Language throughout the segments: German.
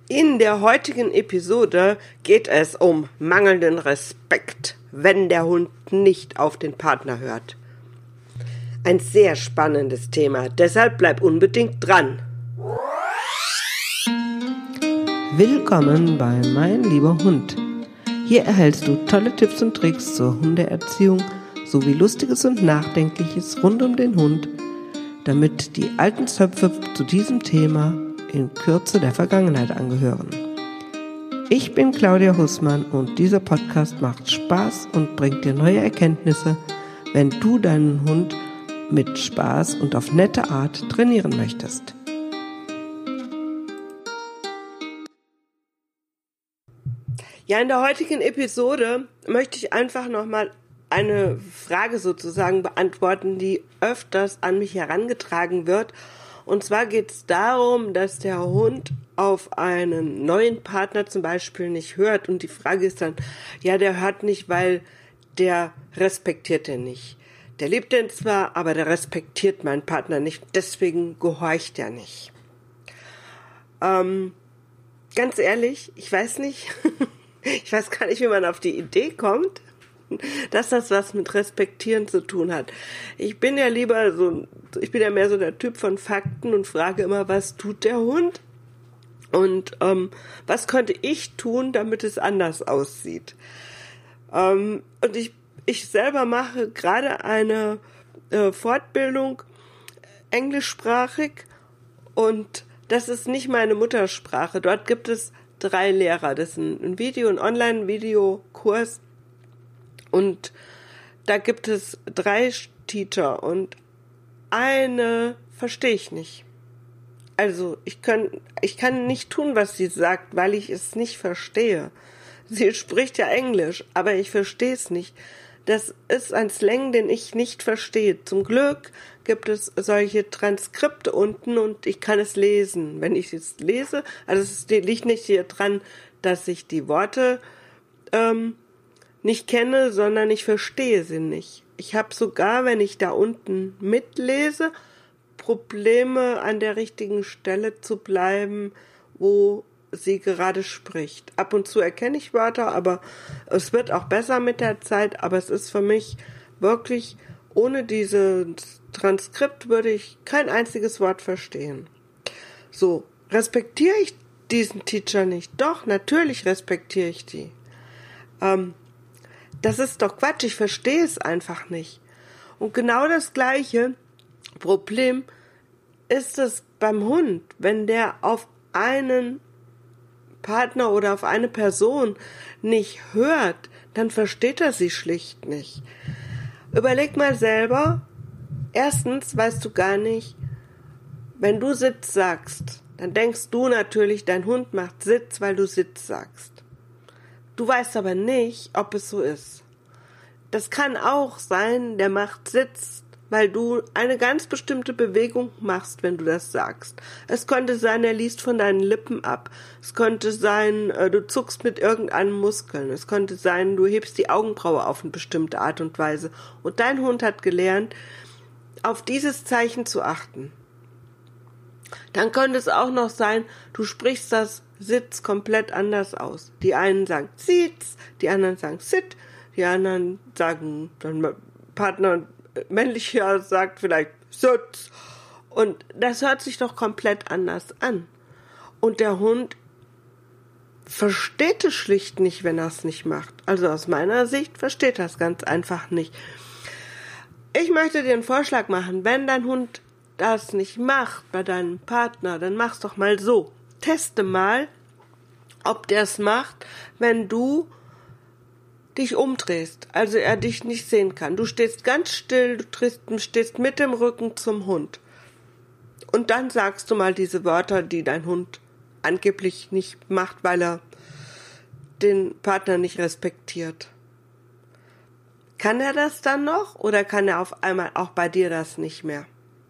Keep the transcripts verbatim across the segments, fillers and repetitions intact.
In der heutigen Episode geht es um mangelnden Respekt, wenn der Hund nicht auf den Partner hört. Ein sehr spannendes Thema, deshalb bleib unbedingt dran. Willkommen bei Mein lieber Hund. Hier erhältst du tolle Tipps und Tricks zur Hundeerziehung sowie Lustiges und Nachdenkliches rund um den Hund, damit die alten Zöpfe zu diesem Thema in Kürze der Vergangenheit angehören. Ich bin Claudia Hussmann und dieser Podcast macht Spaß und bringt dir neue Erkenntnisse, wenn du deinen Hund mit Spaß und auf nette Art trainieren möchtest. Ja, in der heutigen Episode möchte ich einfach nochmal eine Frage sozusagen beantworten, die öfters an mich herangetragen wird. Und zwar geht es darum, dass der Hund auf einen neuen Partner zum Beispiel nicht hört. Und die Frage ist dann, ja, der hört nicht, weil der respektiert den nicht. Der liebt den zwar, aber der respektiert meinen Partner nicht. Deswegen gehorcht er nicht. Ähm, ganz ehrlich, ich weiß nicht, ich weiß gar nicht, wie man auf die Idee kommt, dass das was mit Respektieren zu tun hat. Ich bin ja lieber so, ich bin ja mehr so der Typ von Fakten und frage immer, was tut der Hund? Und ähm, was könnte ich tun, damit es anders aussieht? Ähm, und ich, ich selber mache gerade eine äh, Fortbildung englischsprachig und das ist nicht meine Muttersprache. Dort gibt es drei Lehrer. Das ist ein Video, ein Online-Videokurs. Und da gibt es drei Teacher und eine verstehe ich nicht. Also ich kann, ich kann nicht tun, was sie sagt, weil ich es nicht verstehe. Sie spricht ja Englisch, aber ich verstehe es nicht. Das ist ein Slang, den ich nicht verstehe. Zum Glück gibt es solche Transkripte unten und ich kann es lesen. Wenn ich es lese, also es liegt nicht hier dran, dass ich die Worte ähm, nicht kenne, sondern ich verstehe sie nicht. Ich habe sogar, wenn ich da unten mitlese, Probleme an der richtigen Stelle zu bleiben, wo sie gerade spricht. Ab und zu erkenne ich Wörter, aber es wird auch besser mit der Zeit, aber es ist für mich wirklich, ohne dieses Transkript würde ich kein einziges Wort verstehen. So, respektiere ich diesen Teacher nicht? Doch, natürlich respektiere ich die. Ähm, Das ist doch Quatsch, ich verstehe es einfach nicht. Und genau das gleiche Problem ist es beim Hund, wenn der auf einen Partner oder auf eine Person nicht hört, dann versteht er sie schlicht nicht. Überleg mal selber, erstens weißt du gar nicht, wenn du Sitz sagst, dann denkst du natürlich, dein Hund macht Sitz, weil du Sitz sagst. Du weißt aber nicht, ob es so ist. Das kann auch sein, der macht Sitz, weil du eine ganz bestimmte Bewegung machst, wenn du das sagst. Es könnte sein, er liest von deinen Lippen ab. Es könnte sein, du zuckst mit irgendeinem Muskeln. Es könnte sein, du hebst die Augenbraue auf eine bestimmte Art und Weise. Und dein Hund hat gelernt, auf dieses Zeichen zu achten. Dann könnte es auch noch sein, du sprichst das Sitz komplett anders aus. Die einen sagen Sitz, die anderen sagen Sit, die anderen sagen, dann Partner männlicher sagt vielleicht Sitz. Und das hört sich doch komplett anders an. Und der Hund versteht es schlicht nicht, wenn er es nicht macht. Also aus meiner Sicht versteht er es ganz einfach nicht. Ich möchte dir einen Vorschlag machen, wenn dein Hund das nicht macht bei deinem Partner, dann mach's doch mal so. Teste mal, ob der es macht, wenn du dich umdrehst, also er dich nicht sehen kann. Du stehst ganz still, du drehst, stehst mit dem Rücken zum Hund. Und dann sagst du mal diese Wörter, die dein Hund angeblich nicht macht, weil er den Partner nicht respektiert. Kann er das dann noch oder kann er auf einmal auch bei dir das nicht mehr?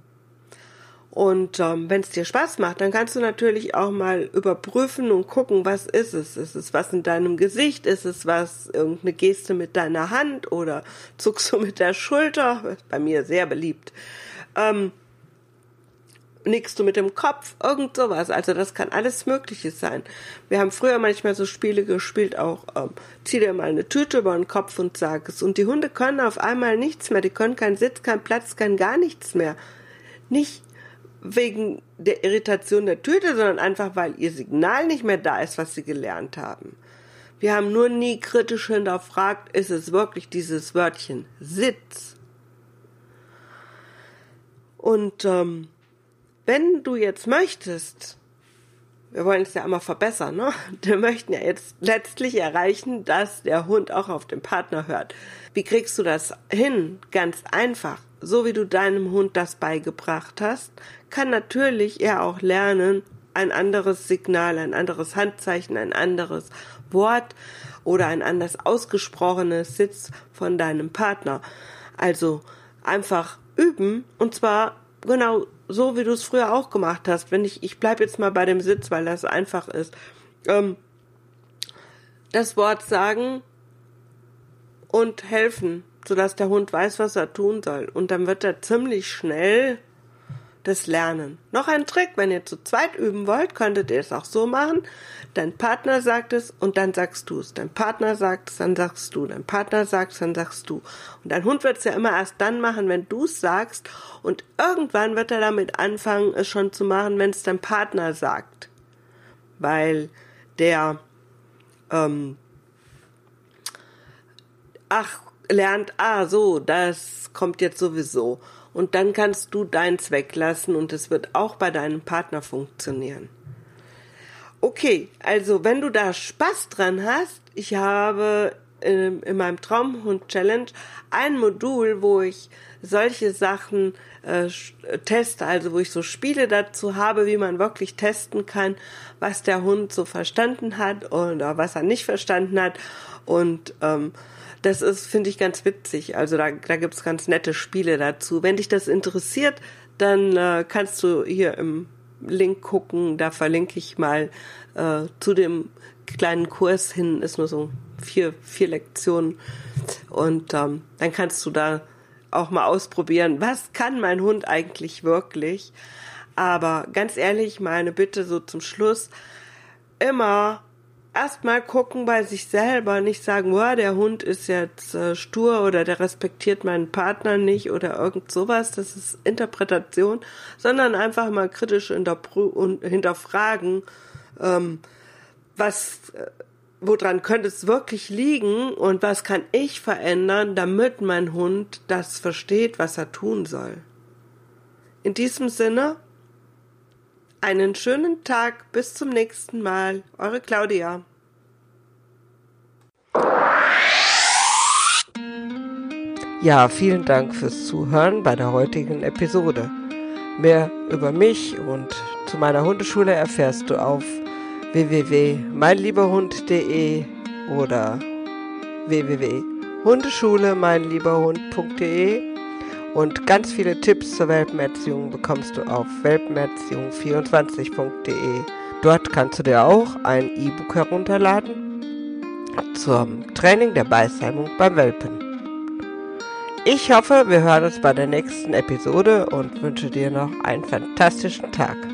Und ähm, wenn es dir Spaß macht, dann kannst du natürlich auch mal überprüfen und gucken, was ist es? Ist es was in deinem Gesicht? Ist es was, irgendeine Geste mit deiner Hand oder zuckst du mit der Schulter? Bei mir sehr beliebt. Ähm, nickst du mit dem Kopf, irgend sowas. Also das kann alles Mögliche sein. Wir haben früher manchmal so Spiele gespielt, auch ähm, zieh dir mal eine Tüte über den Kopf und sag es. Und die Hunde können auf einmal nichts mehr. Die können keinen Sitz, keinen Platz, keinen gar nichts mehr. Nicht wegen der Irritation der Tüte, sondern einfach, weil ihr Signal nicht mehr da ist, was sie gelernt haben. Wir haben nur nie kritisch hinterfragt, ist es wirklich dieses Wörtchen Sitz? Und ähm, wenn du jetzt möchtest, wir wollen es ja immer verbessern, ne? Wir möchten ja jetzt letztlich erreichen, dass der Hund auch auf den Partner hört. Wie kriegst du das hin? Ganz einfach. So wie du deinem Hund das beigebracht hast, kann natürlich er auch lernen, ein anderes Signal, ein anderes Handzeichen, ein anderes Wort oder ein anders ausgesprochenes Sitz von deinem Partner. Also einfach üben, und zwar genau so, wie du es früher auch gemacht hast. Wenn ich, ich bleib jetzt mal bei dem Sitz, weil das einfach ist. Ähm, das Wort sagen und helfen, sodass der Hund weiß, was er tun soll. Und dann wird er ziemlich schnell das lernen. Noch ein Trick, wenn ihr zu zweit üben wollt, könntet ihr es auch so machen. Dein Partner sagt es und dann sagst du es. Dein Partner sagt es, dann sagst du. Dein Partner sagt es, dann sagst du. Und dein Hund wird es ja immer erst dann machen, wenn du es sagst. Und irgendwann wird er damit anfangen, es schon zu machen, wenn es dein Partner sagt. Weil der ähm, ach, lernt, ah, so, das kommt jetzt sowieso. Und dann kannst du deins weglassen und es wird auch bei deinem Partner funktionieren. Okay, also wenn du da Spaß dran hast, ich habe in, in meinem Traumhund-Challenge ein Modul, wo ich solche Sachen äh, teste, also wo ich so Spiele dazu habe, wie man wirklich testen kann, was der Hund so verstanden hat oder was er nicht verstanden hat. Und ähm, das ist, finde ich, ganz witzig. Also da, da gibt's ganz nette Spiele dazu. Wenn dich das interessiert, dann äh, kannst du hier im Link gucken. Da verlinke ich mal äh, zu dem kleinen Kurs hin. Ist nur so vier, vier Lektionen. Und ähm, dann kannst du da auch mal ausprobieren, was kann mein Hund eigentlich wirklich. Aber ganz ehrlich, meine Bitte so zum Schluss, immer erstmal gucken bei sich selber, nicht sagen, wow, der Hund ist jetzt äh, stur oder der respektiert meinen Partner nicht oder irgend sowas, das ist Interpretation, sondern einfach mal kritisch hinterpr- und hinterfragen, ähm, was, äh, woran könnte es wirklich liegen und was kann ich verändern, damit mein Hund das versteht, was er tun soll. In diesem Sinne, einen schönen Tag, bis zum nächsten Mal. Eure Claudia. Ja, vielen Dank fürs Zuhören bei der heutigen Episode. Mehr über mich und zu meiner Hundeschule erfährst du auf w w w punkt mein lieber hund punkt d e oder w w w punkt hundeschule mein lieber hund punkt d e. Und ganz viele Tipps zur Welpenerziehung bekommst du auf welpenerziehung vierundzwanzig punkt d e. Dort kannst du dir auch ein E-Book herunterladen zum Training der Beißheimung beim Welpen. Ich hoffe, wir hören uns bei der nächsten Episode und wünsche dir noch einen fantastischen Tag.